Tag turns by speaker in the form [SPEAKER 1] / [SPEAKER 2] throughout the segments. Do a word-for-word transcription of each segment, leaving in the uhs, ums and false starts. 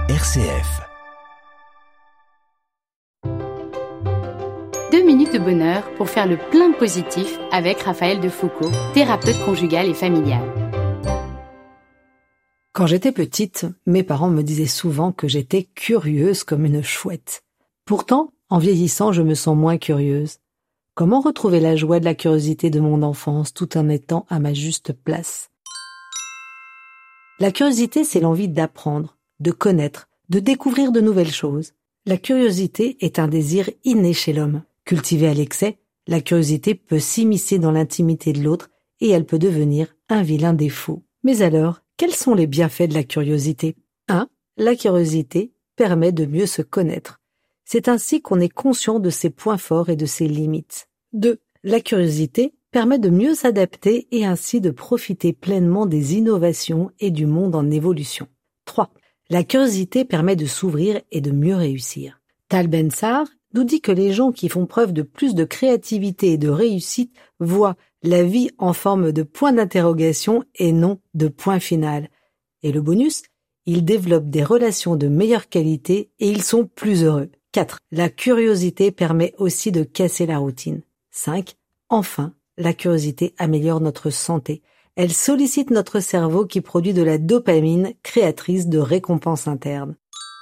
[SPEAKER 1] R C F.
[SPEAKER 2] Deux minutes de bonheur pour faire le plein de positif avec Raphaël Defoucault, thérapeute conjugal et familial.
[SPEAKER 3] Quand j'étais petite, mes parents me disaient souvent que j'étais curieuse comme une chouette. Pourtant, en vieillissant, je me sens moins curieuse. Comment retrouver la joie de la curiosité de mon enfance tout en étant à ma juste place ? La curiosité, c'est l'envie d'apprendre, de connaître, de découvrir de nouvelles choses. La curiosité est un désir inné chez l'homme. Cultivée à l'excès, la curiosité peut s'immiscer dans l'intimité de l'autre et elle peut devenir un vilain défaut. Mais alors, quels sont les bienfaits de la curiosité ? un. La curiosité permet de mieux se connaître. C'est ainsi qu'on est conscient de ses points forts et de ses limites. deux. La curiosité permet de mieux s'adapter et ainsi de profiter pleinement des innovations et du monde en évolution. trois. La curiosité permet de s'ouvrir et de mieux réussir. Tal Ben-Sahar nous dit que les gens qui font preuve de plus de créativité et de réussite voient la vie en forme de point d'interrogation et non de point final. Et le bonus, ils développent des relations de meilleure qualité et ils sont plus heureux. quatre. La curiosité permet aussi de casser la routine. cinq. Enfin, la curiosité améliore notre santé. Elle sollicite notre cerveau qui produit de la dopamine, créatrice de récompenses internes.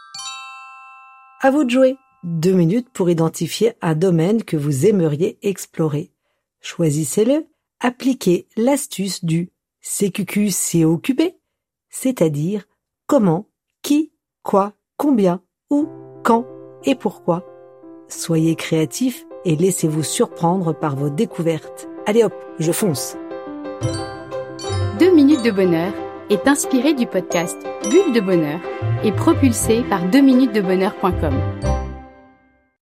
[SPEAKER 3] À vous de jouer. Deux minutes pour identifier un domaine que vous aimeriez explorer. Choisissez-le, appliquez l'astuce du C Q Q C O Q P, c'est-à-dire comment, qui, quoi, combien, où, quand et pourquoi. Soyez créatifs et laissez-vous surprendre par vos découvertes. Allez hop, je fonce.
[SPEAKER 2] Deux minutes de bonheur est inspiré du podcast Bulle de bonheur et propulsé par deux minutes de bonheur point com.